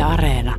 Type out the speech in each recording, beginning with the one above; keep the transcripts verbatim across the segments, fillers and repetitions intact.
Areena.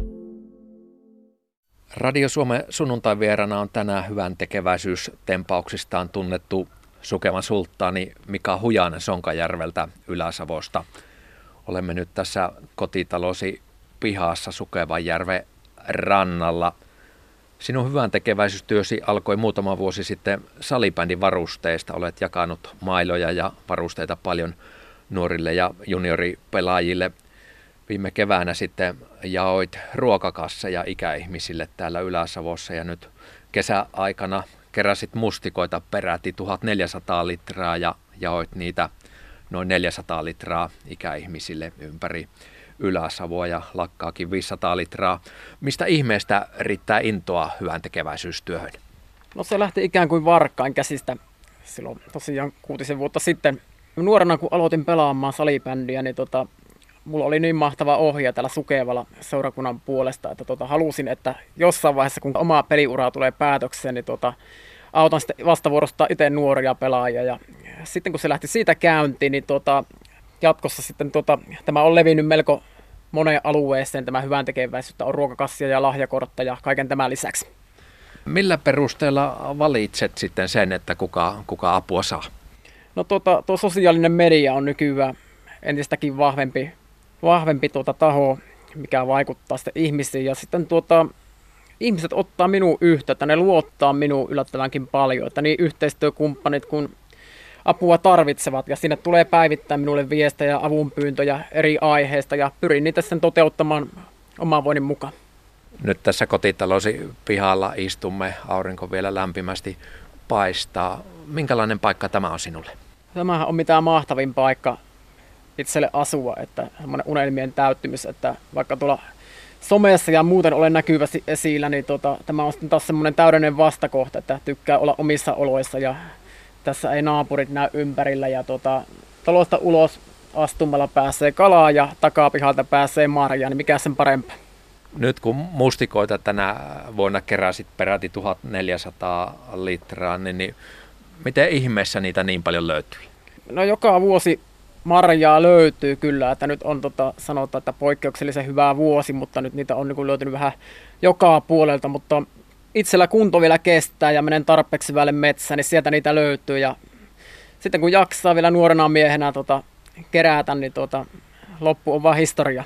Radio Suomen sunnuntai vieraana on tänään hyvän tekeväisyystempauksistaan tunnettu Sukevan sulttaani Mika Hujanen Sonkajärveltä Ylä-Savosta. Olemme nyt tässä kotitalosi pihassa Sukevanjärven rannalla. Sinun hyvän tekeväisyystyösi alkoi muutama vuosi sitten salibändin varusteista. Olet jakanut mailoja ja varusteita paljon nuorille ja junioripelaajille. Viime keväänä sitten jaoit ruokakasseja ikäihmisille täällä Ylä-Savossa ja nyt kesäaikana keräsit mustikoita peräti tuhatneljäsataa litraa ja jaoit niitä noin neljäsataa litraa ikäihmisille ympäri Ylä-Savoa ja lakkaakin viisisataa litraa. Mistä ihmeestä riittää intoa hyvän tekeväisyystyöhön? No se lähti ikään kuin varkkain käsistä silloin tosiaan kuutisen vuotta sitten. Nuorena kun aloitin pelaamaan salibändiä, niin tota, mulla oli niin mahtava ohjaaja täällä Sukevalla seurakunnan puolesta, että tota, halusin, että jossain vaiheessa kun oma peliura tulee päätökseen, niin tota, autan sitten vastavuorosta itse nuoria pelaajia. Ja sitten kun se lähti siitä käyntiin, niin tota, jatkossa sitten tota, tämä on levinnyt melko moneen alueeseen, tämä hyvän tekeväisyyttä, on ruokakassia ja lahjakortteja kaiken tämän lisäksi. Millä perusteella valitset sitten sen, että kuka, kuka apua saa? No tota, tuo sosiaalinen media on nykyään entistäkin vahvempi, vahvempi tuota taho, mikä vaikuttaa sitten ihmisiin. Ja sitten tuota, ihmiset ottaa minun yhteyttä, ne luottaa minuun yllättävänkin paljon, että niin yhteistyökumppanit kun apua tarvitsevat ja sinne tulee päivittäin minulle viestejä ja avunpyyntöjä eri aiheista ja pyrin niitä sen toteuttamaan oman voinnin mukaan. Nyt tässä kotitalosi pihalla istumme, aurinko vielä lämpimästi paistaa. Minkälainen paikka tämä on sinulle? Tämähän on mitään mahtavin paikka itselle asua, että semmoinen unelmien täyttymys, että vaikka tuolla somessa ja muuten olen näkyvästi esillä, niin tota, tämä on sitten taas semmoinen täydellinen vastakohta, että tykkää olla omissa oloissa ja tässä ei naapurit näy ympärillä ja tota, talosta ulos astumalla pääsee kalaa ja takapihalta pääsee marjaan, niin mikä sen parempaa. Nyt kun mustikoita tänä vuonna keräsit peräti tuhatneljäsataa litraa, niin, niin miten ihmeessä niitä niin paljon löytyy? No joka vuosi marjaa löytyy kyllä, että nyt on tota, sanotaan, että poikkeuksellisen hyvä vuosi, mutta nyt niitä on niin kuin löytynyt vähän joka puolelta, mutta itsellä kunto vielä kestää ja menen tarpeeksi syvälle metsään, niin sieltä niitä löytyy ja sitten kun jaksaa vielä nuorena miehenä tota, kerätä, niin tota, loppu on vaan historia.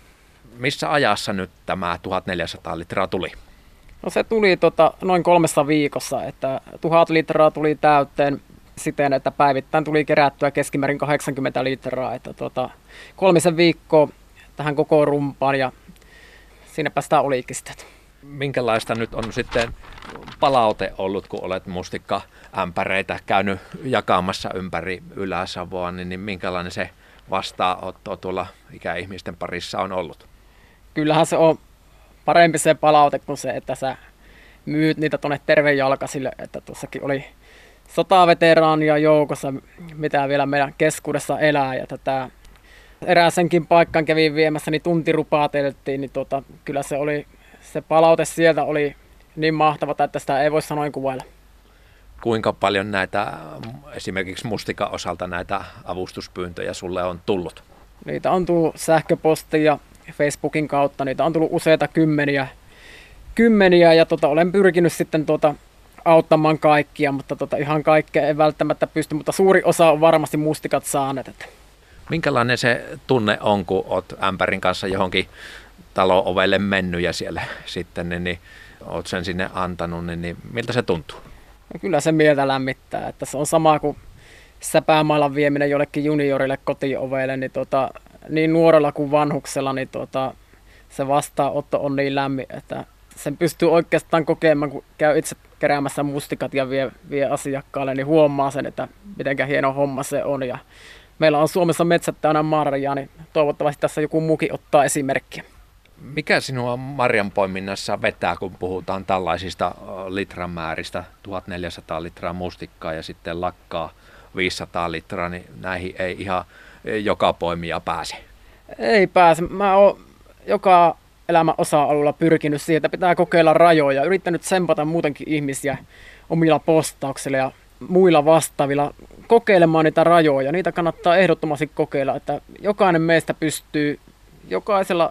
Missä ajassa nyt tämä tuhatneljäsataa litraa tuli? No se tuli tota, noin kolmessa viikossa, että tuhat litraa tuli täyteen siten, että päivittäin tuli kerättyä keskimäärin kahdeksankymmentä litraa, että tota, kolmisen viikkoa tähän koko rumpaan ja siinäpä sitä olikin sitä. Minkälaista nyt on sitten palaute ollut, kun olet mustikkaämpäreitä käynyt jakamassa ympäri Ylä-Savoa, niin, niin minkälainen se vastaanotto tuolla ikäihmisten parissa on ollut? Kyllähän se on parempi se palaute kuin se, että sä myyt niitä tuonne tervejalkaisille, että tuossakin oli sotaveteraania joukossa, mitä vielä meidän keskuudessa elää, ja tätä erääsenkin paikkaan kävin viemässä, niin tunti rupaateltiin, niin tuota, kyllä se oli, se palaute sieltä oli niin mahtavaa, että sitä ei voi sanoin kuvailla. Kuinka paljon näitä, esimerkiksi mustikan osalta näitä avustuspyyntöjä sulle on tullut? Niitä on tullut sähköpostia Facebookin kautta, niitä on tullut useita kymmeniä, kymmeniä ja tota, olen pyrkinyt sitten tuota, auttamaan kaikkia, mutta tota, ihan kaikkea ei välttämättä pysty, mutta suuri osa on varmasti mustikat saaneet. Että. Minkälainen se tunne on, kun olet ämpärin kanssa johonkin talon ovelle mennyt ja siellä sitten, niin, niin olet sen sinne antanut, niin, niin miltä se tuntuu? No, kyllä se mieltä lämmittää, että se on sama kuin säpäämailan vieminen jollekin juniorille kotiovelle, niin, tota, niin nuorella kuin vanhuksella, niin tota, se vastaanotto on niin lämmin, että sen pystyy oikeastaan kokemaan, kun käy itse keräämässä mustikat ja vie, vie asiakkaalle, niin huomaa sen, että mitenkä hieno homma se on. Ja meillä on Suomessa metsät täynnä marjaa, niin toivottavasti tässä joku muukin ottaa esimerkkiä. Mikä sinua marjanpoiminnassa vetää, kun puhutaan tällaisista litramääristä, tuhatneljäsataa litraa mustikkaa ja sitten lakkaa viisisataa litraa, niin näihin ei ihan joka poimija pääse? Ei pääse. Mä oon joka elämän osa-alueella pyrkinyt siihen, että pitää kokeilla rajoja. Yrittänyt tsempata muutenkin ihmisiä omilla postauksilla ja muilla vastaavilla kokeilemaan niitä rajoja. Niitä kannattaa ehdottomasti kokeilla, että jokainen meistä pystyy jokaisella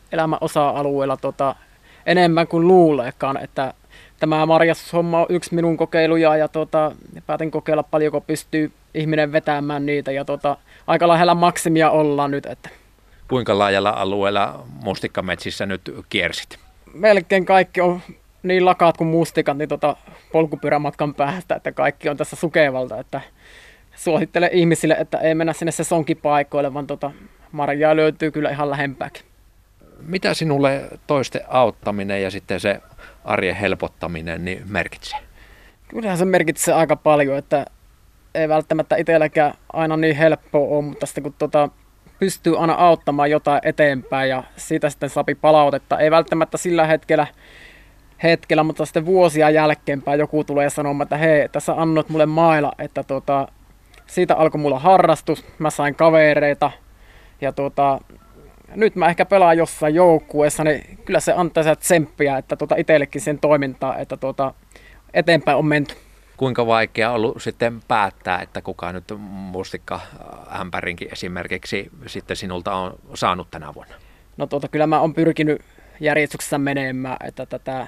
elämän osa-alueella tota, enemmän kuin luuleekaan, että tämä marjastushomma on yksi minun kokeiluja ja tota, päätin kokeilla paljonko pystyy ihminen vetämään niitä ja tota, aika lähellä maksimia ollaan nyt. Että. Kuinka laajalla alueella mustikkametsissä nyt kiersit? Melkein kaikki on niin lakaat kuin mustikat niin tota, polkupyörämatkan päästä, että kaikki on tässä Sukevalta. Että suosittelen ihmisille, että ei mennä sinne sesonkipaikoille, vaan tota, marjaa löytyy kyllä ihan lähempääkin. Mitä sinulle toisten auttaminen ja sitten se arjen helpottaminen niin merkitsee? Kyllähän se merkitsee aika paljon, että ei välttämättä itselläkään aina niin helppoa ole, mutta sitten kun tota, pystyy aina auttamaan jotain eteenpäin ja siitä sitten saapi palautetta, ei välttämättä sillä hetkellä, hetkellä mutta sitten vuosia jälkeenpäin joku tulee sanomaan, että hei, että sä annot mulle maila, että tota, siitä alkoi mulla harrastus, mä sain kavereita ja tota, nyt mä ehkä pelaan jossain joukkueessa, niin kyllä se antaa sitä tsemppiä, että tota itsellekin sen toimintaa, että tota eteenpäin on menty. Kuinka vaikea on ollut sitten päättää, että kuka nyt mustikkaämpärinkin esimerkiksi sitten sinulta on saanut tänä vuonna? No tota, kyllä mä oon pyrkinyt järjestyksessä menemään, että tätä,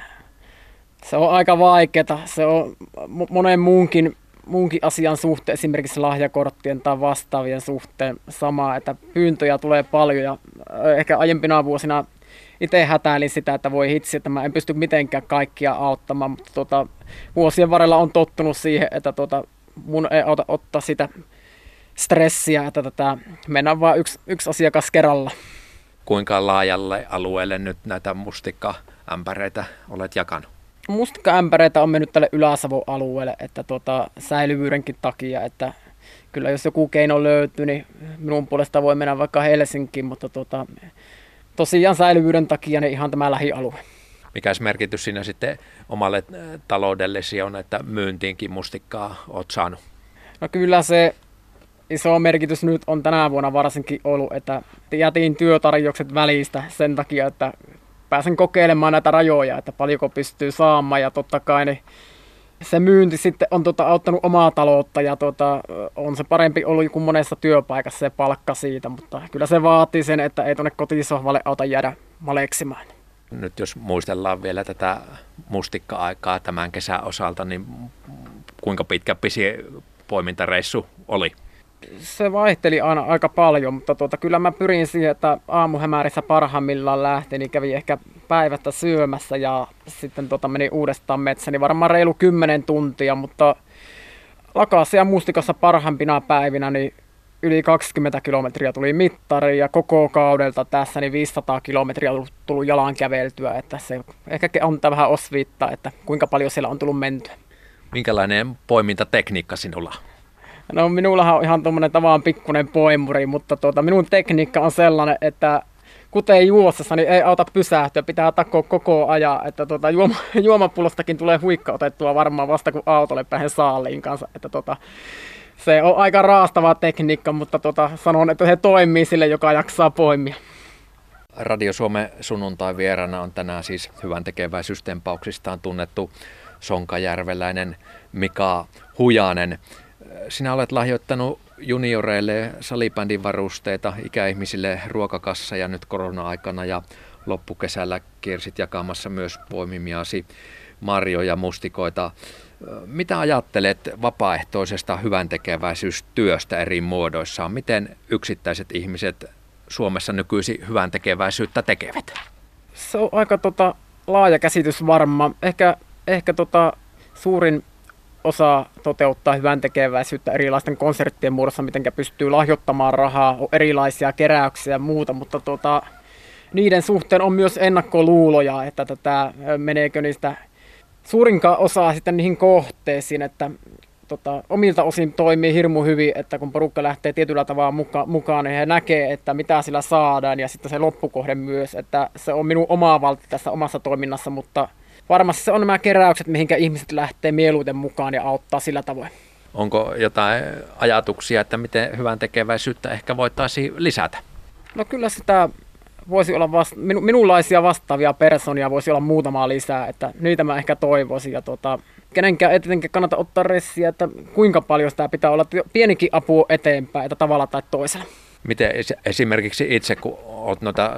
se on aika vaikeaa, se on monen muunkin muunkin asian suhteen, esimerkiksi lahjakorttien tai vastaavien suhteen sama, että pyyntöjä tulee paljon ja ehkä aiempina vuosina itse hätäilin sitä, että voi hitsi, että mä en pysty mitenkään kaikkia auttamaan, mutta tuota, vuosien varrella on tottunut siihen, että tuota, mun ei auta ottaa sitä stressiä, että tätä, mennään vaan yksi, yksi asiakas kerralla. Kuinka laajalle alueelle nyt näitä mustikkaämpäreitä olet jakanut? Mustikkaämpäreitä on mennyt tälle Ylä-Savon alueelle, että tuota, säilyvyydenkin takia, että kyllä jos joku keino löytyy, niin minun puolesta voi mennä vaikka Helsinkiin, mutta tuota, tosiaan säilyvyyden takia niin ihan tämä lähialue. Mikäs merkitys siinä sitten omalle taloudellesi on, että myyntiinkin mustikkaa olet saanut? No kyllä se iso merkitys nyt on tänä vuonna varsinkin ollut, että jätin työtarjoukset välistä sen takia, että pääsen kokeilemaan näitä rajoja, että paljonko pystyy saamaan ja totta kai niin se myynti sitten on tota, auttanut omaa taloutta ja tota, on se parempi ollut kuin monessa työpaikassa se palkka siitä, mutta kyllä se vaatii sen, että ei tuonne kotisohvalle auta jäädä maleksimaan. Nyt jos muistellaan vielä tätä mustikka-aikaa tämän kesän osalta, niin kuinka pitkä pisi poimintareissu oli? Se vaihteli aina aika paljon, mutta tuota, kyllä mä pyrin siihen, että aamuhämärissä parhaimmillaan lähti, niin kävi ehkä päivästä syömässä ja sitten tuota, meni uudestaan metsään, niin varmaan reilu kymmenen tuntia, mutta Lakassa ja Mustikassa parhaimpina päivinä niin yli kaksikymmentä kilometriä tuli mittari ja koko kaudelta tässä niin viisisataa kilometriä on tullut jalan käveltyä, että se ehkä antaa vähän osviittaa, että kuinka paljon siellä on tullut mentyä. Minkälainen poimintatekniikka sinulla? No minullahan on ihan tuommoinen tavan pikkuinen poimuri, mutta tuota, minun tekniikka on sellainen, että kuten juossessa, niin ei auta pysähtyä, pitää takoa koko ajan, että tuota, juoma, juomapullostakin tulee huikka otettua varmaan vasta kun autolle pääsen saaliin kanssa, että tuota, se on aika raastava tekniikka, mutta tuota, sanon, että se toimii sille, joka jaksaa poimia. Radio Suomen sunnuntai vieraana on tänään siis hyvän tekeväisyystempauksistaan tunnettu sonkajärveläinen Mika Hujanen. Sinä olet lahjoittanut junioreille salibändin varusteita, ikäihmisille ruokakassa ja nyt korona-aikana ja loppukesällä kiersit jakamassa myös poimimiasi marjoja, mustikoita. Mitä ajattelet vapaaehtoisesta hyväntekeväisyystyöstä eri muodoissaan? Miten yksittäiset ihmiset Suomessa nykyisin hyväntekeväisyyttä tekevät? Se on aika tota, laaja käsitys varmaan. Ehkä, ehkä tota, suurin osa toteuttaa hyväntekeväisyyttä erilaisten konserttien muodossa, miten pystyy lahjoittamaan rahaa, on erilaisia keräyksiä ja muuta, mutta tota, niiden suhteen on myös ennakkoluuloja, että tätä, meneekö niistä suurinkaan osaa sitten niihin kohteisiin, että tota, omilta osin toimii hirmu hyvin, että kun porukka lähtee tietyllä tavalla muka, mukaan, niin he näkee, että mitä sillä saadaan ja sitten se loppukohde myös, että se on minun oma valti tässä omassa toiminnassa, mutta varmasti se on nämä keräykset, mihinkä ihmiset lähtee mieluiten mukaan ja auttaa sillä tavoin. Onko jotain ajatuksia, että miten hyvän tekeväisyyttä ehkä voitaisiin lisätä? No kyllä sitä voisi olla vasta- minu- minunlaisia vastaavia persoonia voisi olla muutamaa lisää, että niitä mä ehkä toivoisin. Ja tuota, kenenkään ei tietenkään kannata ottaa ressiä, että kuinka paljon sitä pitää olla, että pienikin apu eteenpäin, että tavalla tai toisella. Miten esimerkiksi itse, kun olet noita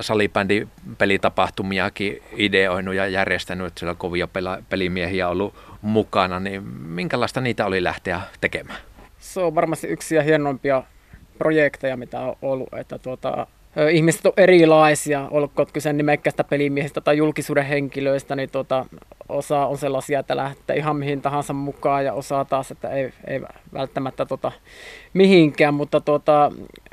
salibändipelitapahtumiakin ideoinut ja järjestänyt, että siellä on kovia pelimiehiä ollut mukana, niin minkälaista niitä oli lähteä tekemään? Se on varmasti yksi ja hienoimpia projekteja, mitä on ollut, että tuota, ihmiset on erilaisia, olkoon kyse nimekkäistä pelimiehistä tai julkisuuden henkilöistä, niin tuota, osa on sellaisia, että lähtee ihan mihin tahansa mukaan ja osa taas, että ei, ei välttämättä tuota, mihinkään, mutta tuota,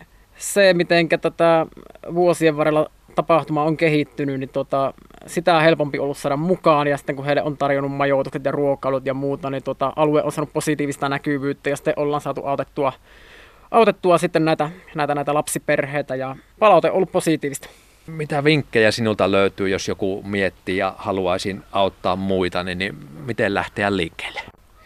se, miten tätä vuosien varrella tapahtuma on kehittynyt, niin tuota, sitä on helpompi ollut saada mukaan, ja sitten kun heille on tarjonnut majoitukset ja ruokailut ja muuta, niin tuota, alue on saanut positiivista näkyvyyttä, ja sitten ollaan saatu autettua, autettua sitten näitä, näitä, näitä lapsiperheitä, ja palaute on ollut positiivista. Mitä vinkkejä sinulta löytyy, jos joku miettii ja haluaisin auttaa muita, niin, niin miten lähteä liikkeelle?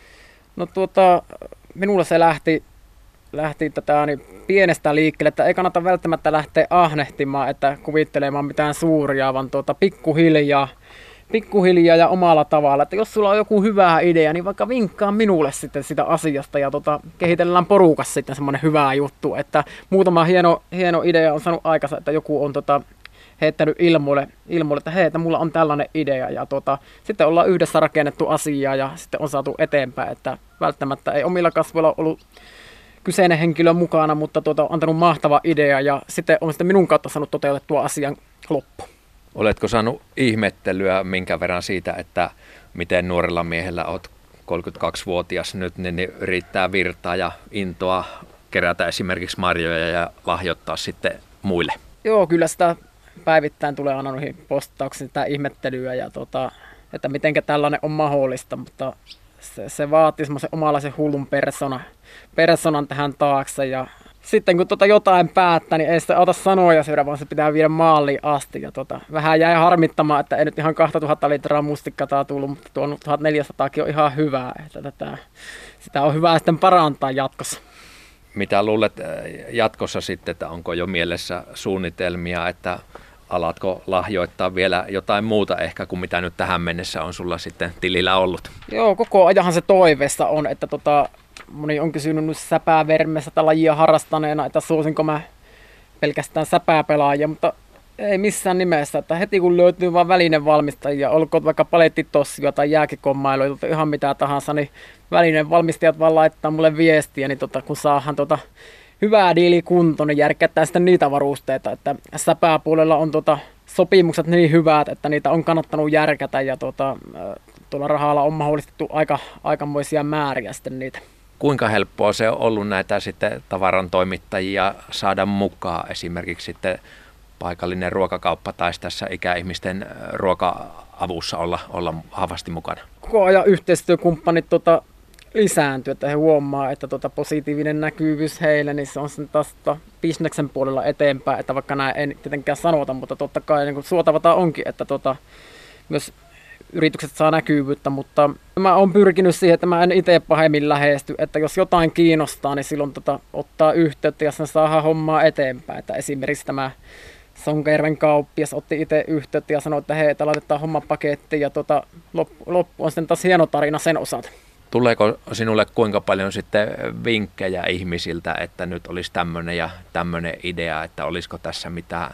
No tuota, minulla se lähti, lähti tätä niin pienestä liikkeelle, että ei kannata välttämättä lähteä ahnehtimaan, että kuvittelemaan mitään suuria, vaan tuota, pikkuhiljaa, pikkuhiljaa ja omalla tavalla. Että jos sulla on joku hyvä idea, niin vaikka vinkkaa minulle sitten sitä asiasta ja tuota, kehitellään porukassa sitten semmoinen hyvä juttu. Että muutama hieno, hieno idea on saanut aikansa, että joku on tota, heittänyt ilmoille, ilmoille, että hei, että mulla on tällainen idea. Ja tuota, sitten ollaan yhdessä rakennettu asiaa ja sitten on saatu eteenpäin, että välttämättä ei omilla kasvoilla ollut kyseinen henkilö mukana, mutta tuota, on antanut mahtava idea ja sitten on sitten minun kautta saanut toteutettua asian loppu. Oletko saanut ihmettelyä minkä verran siitä, että miten nuorella miehellä olet kolmekymmentäkaksivuotias nyt, niin, niin riittää virtaa ja intoa kerätä esimerkiksi marjoja ja lahjoittaa sitten muille? Joo, kyllä sitä päivittäin tulee aina noihin postauksiin sitä ihmettelyä ja tota, että mitenkä tällainen on mahdollista, mutta se, se vaatii semmoisen omalaisen hullun persona, personan tähän taakse ja sitten kun tota jotain päättää, niin ei sitä auta sanoja syödä, vaan se pitää viedä maaliin asti. Ja tota, vähän jäi harmittamaan, että ei nyt ihan kaksituhatta litraa mustikkataa tullut, mutta tuo tuhatneljäsataa on ihan hyvää. Että tätä, sitä on hyvä sitten parantaa jatkossa. Mitä luulet jatkossa sitten, että onko jo mielessä suunnitelmia, että alatko lahjoittaa vielä jotain muuta ehkä kuin mitä nyt tähän mennessä on sulla sitten tilillä ollut? Joo, koko ajanhan se toiveessa on, että tota, moni on kysynyt säpäävermessä tai lajia harrastaneena, että suosinko mä pelkästään säpääpelaajia, mutta ei missään nimessä. Että heti kun löytyy vaan välinevalmistajia, olkoon vaikka palettitossia tai jääkikonmailuja, ihan mitä tahansa, niin välinevalmistajat vaan laittaa mulle viestiä, niin tota, kun saadaan tota hyvää diili kuntoon, niin järkättää sitten niitä varusteita. Että säpääpuolella on tota sopimukset niin hyvät, että niitä on kannattanut järkätä ja tota, tuolla rahalla on mahdollistettu aika, aikamoisia määriä sitten niitä. Kuinka helppoa se on ollut näitä sitten tavaran toimittajia saada mukaan, esimerkiksi sitten paikallinen ruokakauppa tai tässä ikäihmisten ruoka-avussa olla, olla vahvasti mukana? Koko ajan yhteistyökumppanit tota, lisääntyy, että he huomaa, että tota, positiivinen näkyvyys heille, niin se on sen taas tota, bisneksen puolella eteenpäin, että vaikka näin ei tietenkään sanota, mutta totta kai niin suotavata onkin, että tota, myös yritykset saa näkyvyyttä, mutta mä oon pyrkinyt siihen, että mä en itse pahemmin lähesty, että jos jotain kiinnostaa, niin silloin tota, ottaa yhteyttä ja sen saadaan hommaa eteenpäin. Että esimerkiksi tämä Sonkajärven kauppias otti itse yhteyttä ja sanoi, että hei, että laitetaan homma pakettiin ja tota, loppu, loppu on sitten taas hieno tarina sen osalta. Tuleeko sinulle kuinka paljon sitten vinkkejä ihmisiltä, että nyt olisi tämmöinen ja tämmöinen idea, että olisiko tässä mitään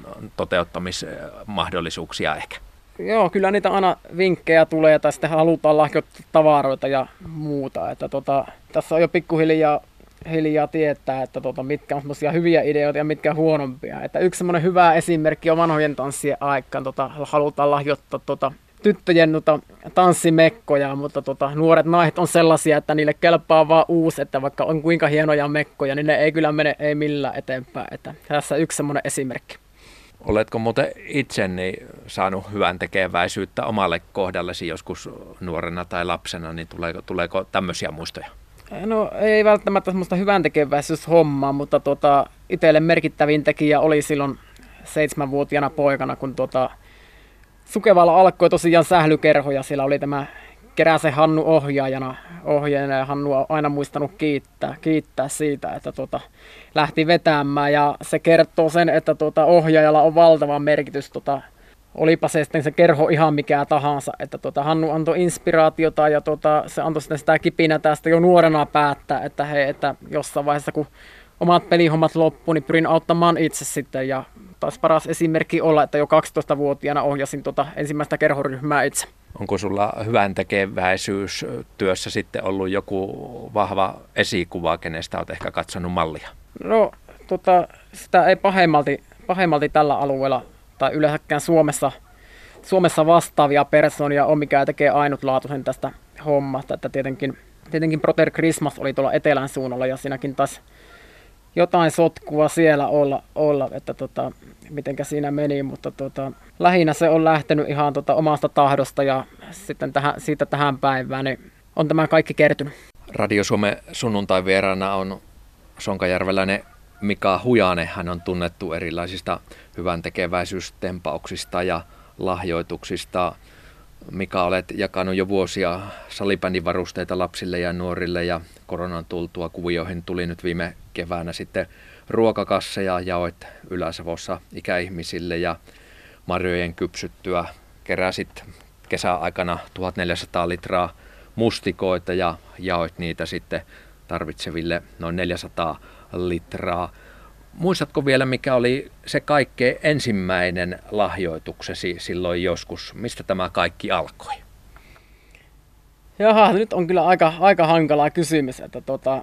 toteuttamismahdollisuuksia ehkä? Joo, kyllä niitä aina vinkkejä tulee tai sitten halutaan lahjoittaa tavaroita ja muuta. Että tota, tässä on jo pikkuhiljaa hiljaa tietää, että tota, mitkä on semmoisia hyviä ideoita ja mitkä huonompia. Että yksi semmoinen hyvä esimerkki on vanhojen tanssien aikaan. Tota, halutaan lahjoittaa tota, tyttöjen tota, tanssimekkoja, mutta tota, nuoret naiset on sellaisia, että niille kelpaa vaan uusi, että vaikka on kuinka hienoja mekkoja, niin ne ei kyllä mene ei millään eteenpäin. Että tässä on yksi semmoinen esimerkki. Oletko muuten itse niin saanut hyvän tekeväisyyttä omalle kohdallesi joskus nuorena tai lapsena, niin tuleeko, tuleeko tämmöisiä muistoja? No ei välttämättä semmoista hyvän tekeväisyyshommaa, mutta tota, itselle merkittävin tekijä oli silloin seitsemänvuotiaana poikana, kun tota, Sukevalla alkoi tosiaan sählykerho ja siellä oli tämä Keräsen Hannu ohjaajana, ohjaajana ja Hannu on aina muistanut kiittää, kiittää siitä, että tota, lähti vetämään ja se kertoo sen, että tota, ohjaajalla on valtava merkitys, tota, olipa se sitten se kerho ihan mikä tahansa, että tota, Hannu antoi inspiraatiota ja tota, se antoi sitten sitä kipinä tästä jo nuorena päättää, että hei, että jossain vaiheessa kun omat pelihommat loppuun, niin pyrin auttamaan itse sitten. Ja taas paras esimerkki olla, että jo kaksitoistavuotiaana ohjasin tuota ensimmäistä kerhoryhmää itse. Onko sulla hyvän tekeväisyys työssä sitten ollut joku vahva esikuva, kenestä olet ehkä katsonut mallia? No tota, sitä ei pahemmalti, pahemmalti tällä alueella tai yleensäkään Suomessa, Suomessa vastaavia persoonia on, mikä tekee ainutlaatuisen tästä hommasta. Että tietenkin, tietenkin Brother Christmas oli tuolla etelän suunnalla ja siinäkin taas jotain sotkua siellä olla, olla että tota, mitenkä siinä meni, mutta tota, lähinnä se on lähtenyt ihan tota omasta tahdosta ja sitten tähän, siitä tähän päivään niin on tämä kaikki kertynyt. Radio Suomen sunnuntai vieraana on sonkajärveläinen Mika Hujanen. Hän on tunnettu erilaisista hyväntekeväisyystempauksista ja lahjoituksista. Mika, olet jakanut jo vuosia salibändivarusteita lapsille ja nuorille ja koronan tultua kuvioihin tuli nyt viime keväänä sitten ruokakasseja, jaoit Ylä-Savossa ikäihmisille ja marjojen kypsyttyä keräsit kesäaikana tuhatneljäsataa litraa mustikoita ja jaoit niitä sitten tarvitseville noin neljäsataa litraa. Muistatko vielä, mikä oli se kaikkein ensimmäinen lahjoituksesi silloin joskus? Mistä tämä kaikki alkoi? Jaha, nyt on kyllä aika, aika hankala kysymys. Että tota,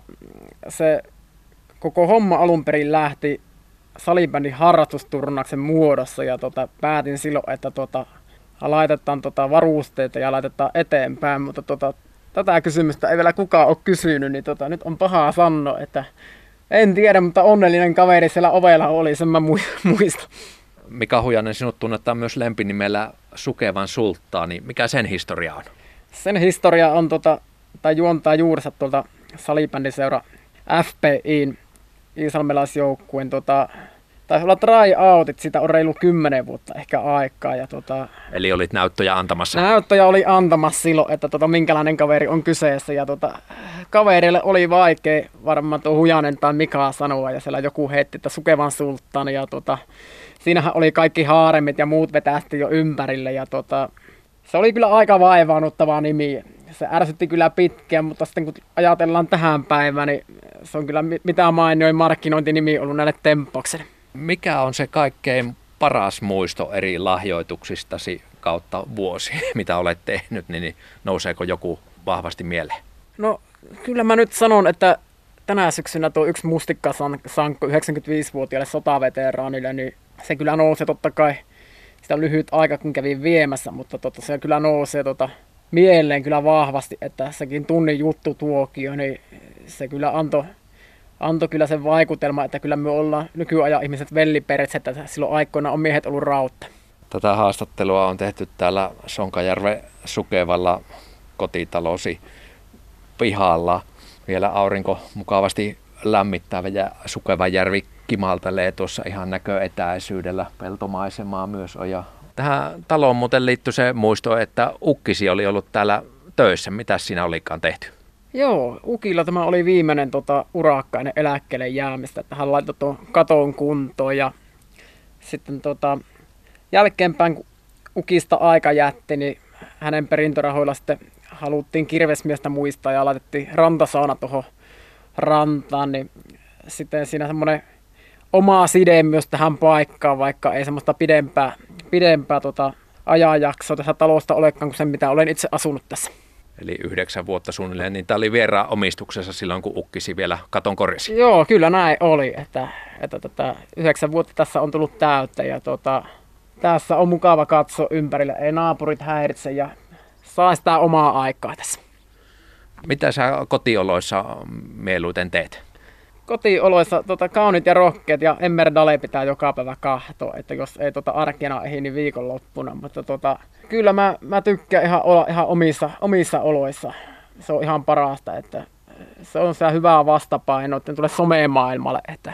se koko homma alun perin lähti salibändin harrastusturnauksen muodossa ja tota, päätin silloin, että tota, laitetaan tota varusteita ja laitetaan eteenpäin, mutta tota, tätä kysymystä ei vielä kukaan ole kysynyt, niin tota, nyt on pahaa sanoa, että en tiedä, mutta onnellinen kaveri siellä ovella oli, sen mä muistan. Mika Hujanen, sinut tunnetaan myös lempinimellä Sukevan sulttaani. Mikä sen historia on? Sen historia on, tota, tai juontaa juurensa tuolta salibändiseura F P I:n iisalmelaisjoukkueen. Tota, taisi olla try-outit, sitä on reilu kymmenen vuotta ehkä aikaa. Ja, tota, Eli olit näyttöjä antamassa? Näyttöjä oli antamassa silloin, että tota, minkälainen kaveri on kyseessä. Ja, tota, kaverille oli vaikea varmaan tuo Hujanen tai Mika sanoa, ja siellä joku heitti, että Sukevan sulttaani. Ja, tota, siinähän oli kaikki haaremit ja muut vetähti jo ympärille. Ja, tota, se oli kyllä aika vaivaannuttava nimi. Se ärsytti kyllä pitkään, mutta sitten kun ajatellaan tähän päivään, niin se on kyllä mitä mainioin markkinointinimi ollut näille temppauksille. Mikä on se kaikkein paras muisto eri lahjoituksistasi kautta vuosi, mitä olet tehnyt, niin nouseeko joku vahvasti mieleen? No kyllä mä nyt sanon, että tänä syksynä tuo yksi mustikkasankko yhdeksänkymmentäviisivuotiaalle sotaveteraanille, niin se kyllä nousee totta kai. Sitä on lyhyt aika, kun kävin viemässä, mutta tota, se kyllä nousee tota, mieleen kyllä vahvasti, että sekin tunnin juttu tuokio, niin se kyllä antoi antoi kyllä sen vaikutelma, että kyllä me ollaan nykyajan ihmiset velliperhettä, että silloin aikoina on miehet ollut rautta. Tätä haastattelua on tehty täällä Sonkajärven Sukevalla kotitalosi pihalla. Vielä aurinko mukavasti lämmittää ja Sukevajärvi kimaltelee tuossa ihan näköetäisyydellä. Peltomaisemaa myös on. Ja tähän taloon muuten liittyy se muisto, että ukkisi oli ollut täällä töissä. Mitäs siinä olikaan tehty? Joo, ukilla tämä oli viimeinen tota, urakka ennen eläkkeelle jäämistä, että hän laittoi tuon katon kuntoon ja sitten tota, jälkeenpäin kun ukista aika jätti, niin hänen perintörahoilla sitten haluttiin kirvesmiestä muistaa ja laitettiin rantasauna tuohon rantaan, niin sitten siinä semmoinen oma side myös tähän paikkaan, vaikka ei semmoista pidempää, pidempää tota, ajanjaksoa tässä talosta olekaan kuin sen, mitä olen itse asunut tässä. Eli yhdeksän vuotta suunnilleen, niin tämä oli vieraan omistuksessa silloin, kun ukkisi vielä katon korjasi. Joo, kyllä näin oli, että, että tota, yhdeksän vuotta tässä on tullut täyteen ja tota, tässä on mukava katsoa ympärille, ei naapurit häiritse ja saa sitä omaa aikaa tässä. Mitä sä kotioloissa mieluiten teet? Kotioloissa tota, kaunit ja rohkeat ja Emmerdale pitää joka päivä kahtoa, että jos ei tota, arkena ehdi, niin viikonloppuna. Mutta tota, kyllä mä, mä tykkään ihan olla ihan omissa, omissa oloissa. Se on ihan parasta, että se on se hyvää vastapainoa, että tulee somemaailmalle, että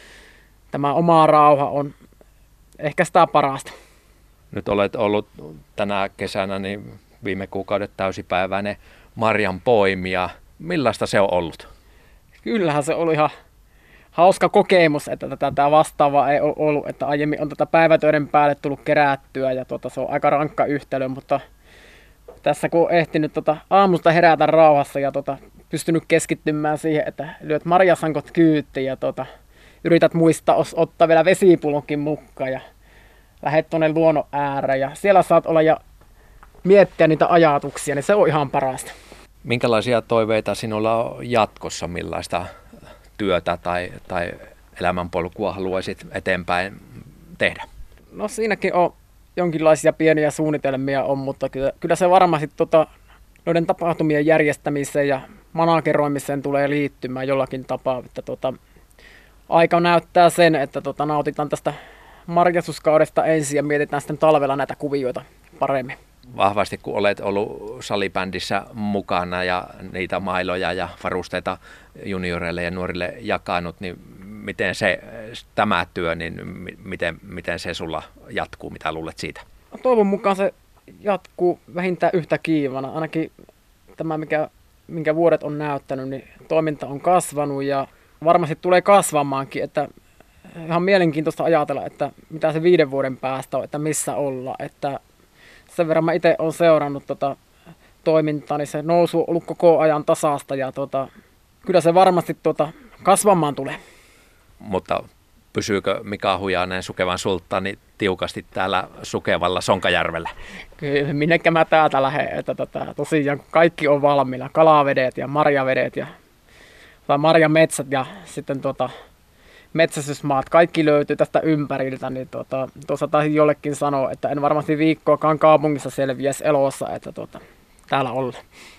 tämä oma rauha on ehkä sitä parasta. Nyt olet ollut tänä kesänä niin viime kuukaudet täysipäiväinen marjan poimija. Millaista se on ollut? Kyllähän se oli ihan hauska kokemus, että tätä vastaavaa ei ole ollut, että aiemmin on tätä päivätöiden päälle tullut kerättyä ja tuota, se on aika rankka yhtälö, mutta tässä kun on ehtinyt tuota, aamusta herätä rauhassa ja tuota, pystynyt keskittymään siihen, että lyöt marjasankot kyyttiin ja tota, yrität muistaa os, ottaa vielä vesipullonkin mukaan ja lähdet tuonne luonnon ääreen ja siellä saat olla ja miettiä niitä ajatuksia, niin se on ihan parasta. Minkälaisia toiveita sinulla on jatkossa, millaista työtä tai, tai elämänpolkua haluaisit eteenpäin tehdä? No siinäkin on jonkinlaisia pieniä suunnitelmia on, mutta kyllä, kyllä se varmasti tota, noiden tapahtumien järjestämiseen ja manageroimiseen tulee liittymään jollakin tapaa. Että, tota, aika näyttää sen, että tota, nautitaan tästä marjastuskaudesta ensin ja mietitään sitten talvella näitä kuvioita paremmin. Vahvasti, kun olet ollut salibändissä mukana ja niitä mailoja ja varusteita junioreille ja nuorille jakanut, niin miten se, tämä työ, niin miten, miten se sulla jatkuu, mitä luulet siitä? Toivon mukaan se jatkuu vähintään yhtä kiivana. Ainakin tämä, mikä, minkä vuodet on näyttänyt, niin toiminta on kasvanut ja varmasti tulee kasvamaankin, että ihan mielenkiintoista ajatella, että mitä se viiden vuoden päästä on, että missä ollaan. Että sen verran mä itse olen seurannut tota toimintaa, niin se nousu on ollut koko ajan tasasta ja tota, kyllä se varmasti tota kasvamaan tulee. Mutta pysyykö Mika Hujanen Sukevan sulttaani tiukasti täällä Sukevalla Sonkajärvellä? Kyllä, minnekä mä täältä lähden, että tota, tosiaan kaikki on valmiina, kalavedet ja marjavedet ja tai marjametsät ja sitten tota, metsästysmaat, kaikki löytyy tästä ympäriltä, niin tuota, tuossa taisin jollekin sanoa, että en varmasti viikkoakaan kaupungissa selviäisi elossa, että tuota, täällä ollaan.